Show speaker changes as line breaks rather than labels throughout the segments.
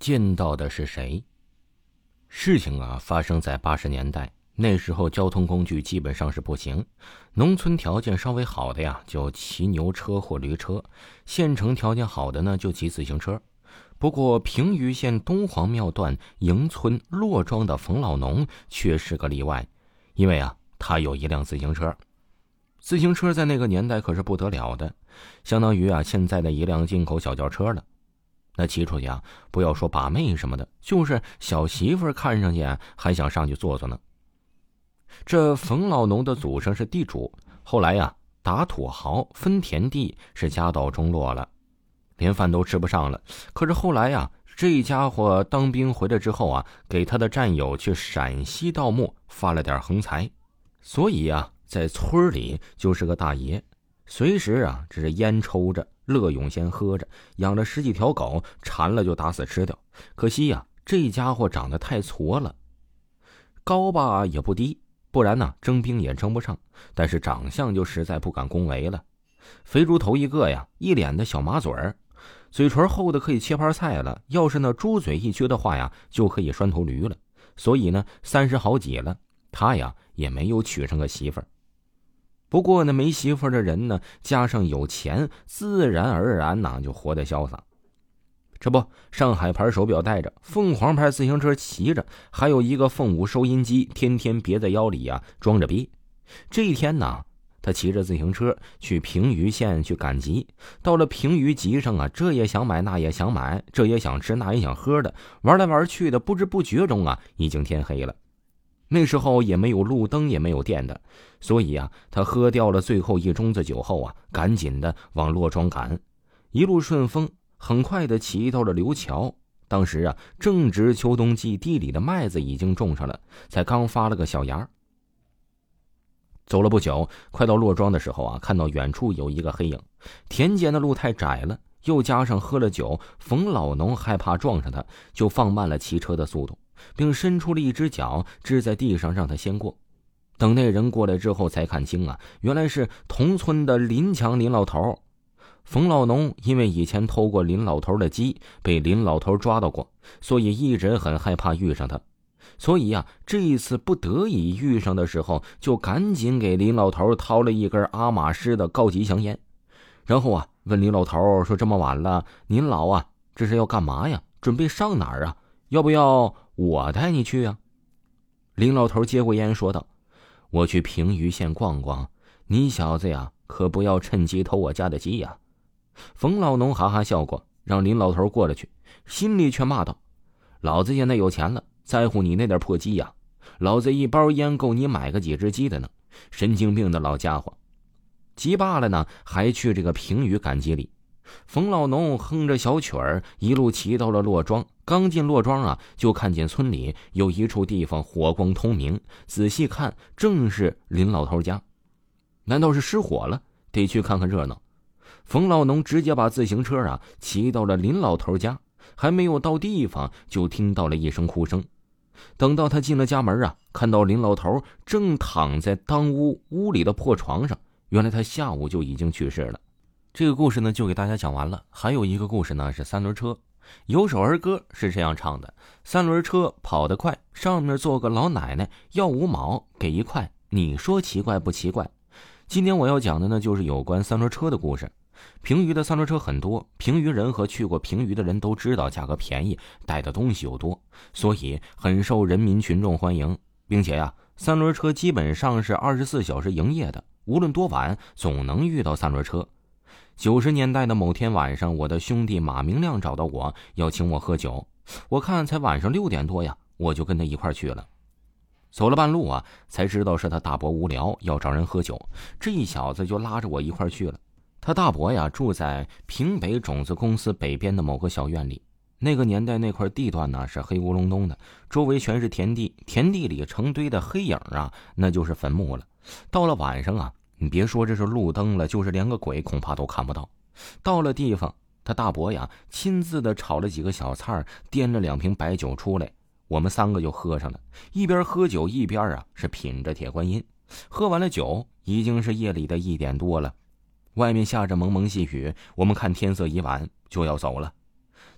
见到的是谁？事情发生在80年代，那时候交通工具基本上是不行，农村条件稍微好的就骑牛车或驴车，县城条件好的呢就骑自行车。不过平舆县东黄庙段营村骆庄的冯老农却是个例外，因为他有一辆自行车。自行车在那个年代可是不得了的，相当于现在的一辆进口小轿车了。那骑出去不要说把妹什么的，就是小媳妇看上去还想上去坐坐呢。这冯老农的祖上是地主，后来打土豪分田地，是家道中落了，连饭都吃不上了。可是后来这家伙当兵回来之后给他的战友去陕西盗墓发了点横财，所以在村里就是个大爷，随时这是烟抽着，乐永先喝着，养了10几条狗，馋了就打死吃掉。可惜这家伙长得太矬了，高吧也不低，不然征兵也征不上，但是长相就实在不敢恭维了。肥猪头一个一脸的小马嘴儿，嘴唇厚的可以切盘菜了，要是那猪嘴一撅的话就可以拴头驴了。所以呢30好几了，他也没有娶上个媳妇儿。不过呢没媳妇儿的人呢，加上有钱，自然而然就活得潇洒。这不，上海牌手表戴着，凤凰牌自行车骑着，还有一个凤舞收音机天天别在腰里装着逼。这一天呢，他骑着自行车去平舆县去赶集，到了平舆集上这也想买那也想买，这也想吃那也想喝的，玩来玩去的，不知不觉中已经天黑了。那时候也没有路灯也没有电的，所以他喝掉了最后一盅子酒后赶紧的往骆庄赶，一路顺风，很快的骑到了刘桥。当时正值秋冬季，地里的麦子已经种上了，才刚发了个小芽。走了不久，快到骆庄的时候看到远处有一个黑影，田间的路太窄了，又加上喝了酒，冯老农害怕撞上他，就放慢了骑车的速度，并伸出了一只脚支在地上让他先过。等那人过来之后才看清原来是同村的林强林老头。冯老农因为以前偷过林老头的鸡，被林老头抓到过，所以一直很害怕遇上他。所以这一次不得已遇上的时候，就赶紧给林老头掏了一根阿玛斯的高级香烟，然后问林老头说：“这么晚了，您老这是要干嘛呀？准备上哪儿要不要我带你去林老头接过烟说道：“我去平舆县逛逛，你小子可不要趁机偷我家的鸡冯老农哈哈笑过，让林老头过了去，心里却骂道：“老子现在有钱了，在乎你那点破鸡老子一包烟够你买个几只鸡的呢，神经病的老家伙。”急罢了呢，还去这个平舆赶集里。冯老农哼着小曲儿，一路骑到了骆庄。刚进骆庄就看见村里有一处地方火光通明，仔细看正是林老头家。难道是失火了？得去看看热闹。冯老农直接把自行车骑到了林老头家，还没有到地方就听到了一声哭声。等到他进了家门看到林老头正躺在当屋里的破床上，原来他下午就已经去世了。这个故事呢就给大家讲完了。还有一个故事呢是三轮车，有首儿歌是这样唱的：三轮车跑得快，上面坐个老奶奶，要5毛给1块，你说奇怪不奇怪？今天我要讲的呢就是有关三轮车的故事。平舆的三轮车很多，平舆人和去过平舆的人都知道价格便宜，带的东西又多，所以很受人民群众欢迎，并且三轮车基本上是24小时营业的，无论多晚总能遇到三轮车。90年代的某天晚上，我的兄弟马明亮找到我要请我喝酒，我看才晚上6点多我就跟他一块去了。走了半路才知道是他大伯无聊要找人喝酒，这一小子就拉着我一块去了。他大伯住在平北种子公司北边的某个小院里，那个年代那块地段是黑咕隆咚的，周围全是田地，田地里成堆的黑影那就是坟墓了。到了晚上你别说这是路灯了，就是连个鬼恐怕都看不到。到了地方，他大伯亲自的炒了几个小菜，掂了2瓶白酒出来，我们3个就喝上了，一边喝酒一边是品着铁观音。喝完了酒，已经是夜里的1点多了，外面下着蒙蒙细雨，我们看天色已晚，就要走了。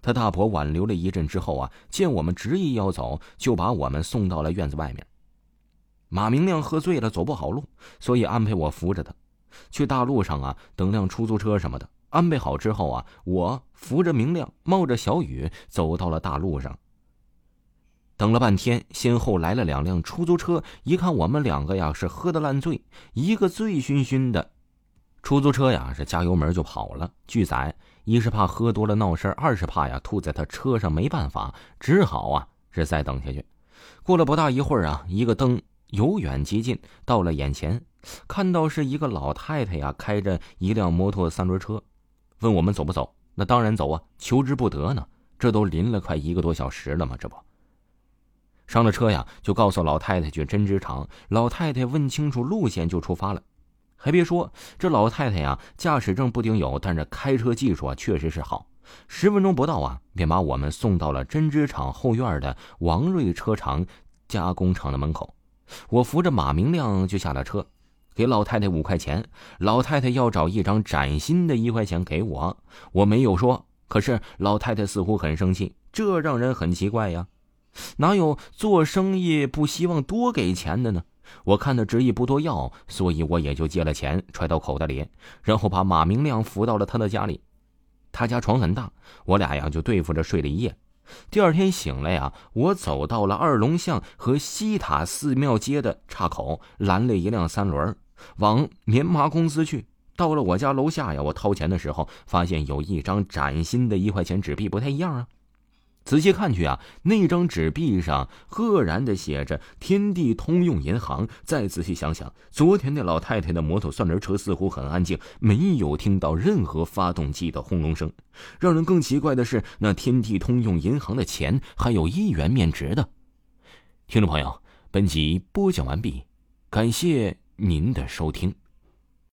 他大伯挽留了一阵之后啊，见我们执意要走，就把我们送到了院子外面。马明亮喝醉了，走不好路，所以安排我扶着他。去大路上啊，等辆出租车什么的。安排好之后啊，我扶着明亮，冒着小雨走到了大路上。等了半天，先后来了2辆出租车，一看我们2个呀是喝得烂醉，一个醉醺醺的。出租车呀是加油门就跑了。据载，一是怕喝多了闹事，二是怕呀吐在他车上没办法，只好啊是再等下去。过了不大一会儿啊，一个灯由远及近到了眼前，看到是一个老太太呀开着一辆摩托3轮车，问我们走不走。那当然走啊，求之不得呢，这都淋了快1个多小时了嘛，这不。上了车呀，就告诉老太太去针织厂。老太太问清楚路线就出发了。还别说，这老太太呀驾驶证不顶有，但是开车技术啊确实是好。10分钟不到啊，便把我们送到了针织厂后院的王瑞车厂加工厂的门口。我扶着马明亮就下了车，给老太太5块钱。老太太要找一张崭新的1块钱给我，我没有说，可是老太太似乎很生气，这让人很奇怪呀。哪有做生意不希望多给钱的呢？我看他执意不多要，所以我也就接了钱揣到口袋里，然后把马明亮扶到了他的家里。他家床很大，我俩呀就对付着睡了一夜。第二天醒来呀，我走到了二龙巷和西塔寺庙街的岔口，拦了一辆3轮往棉麻公司去。到了我家楼下呀，我掏钱的时候发现有一张崭新的1块钱纸币不太一样啊。仔细看去啊，那张纸币上赫然的写着天地通用银行。再仔细想想，昨天那老太太的摩托3轮车似乎很安静，没有听到任何发动机的轰隆声。让人更奇怪的是，那天地通用银行的钱还有1元面值的。听众朋友，本集播讲完毕，感谢您的收听。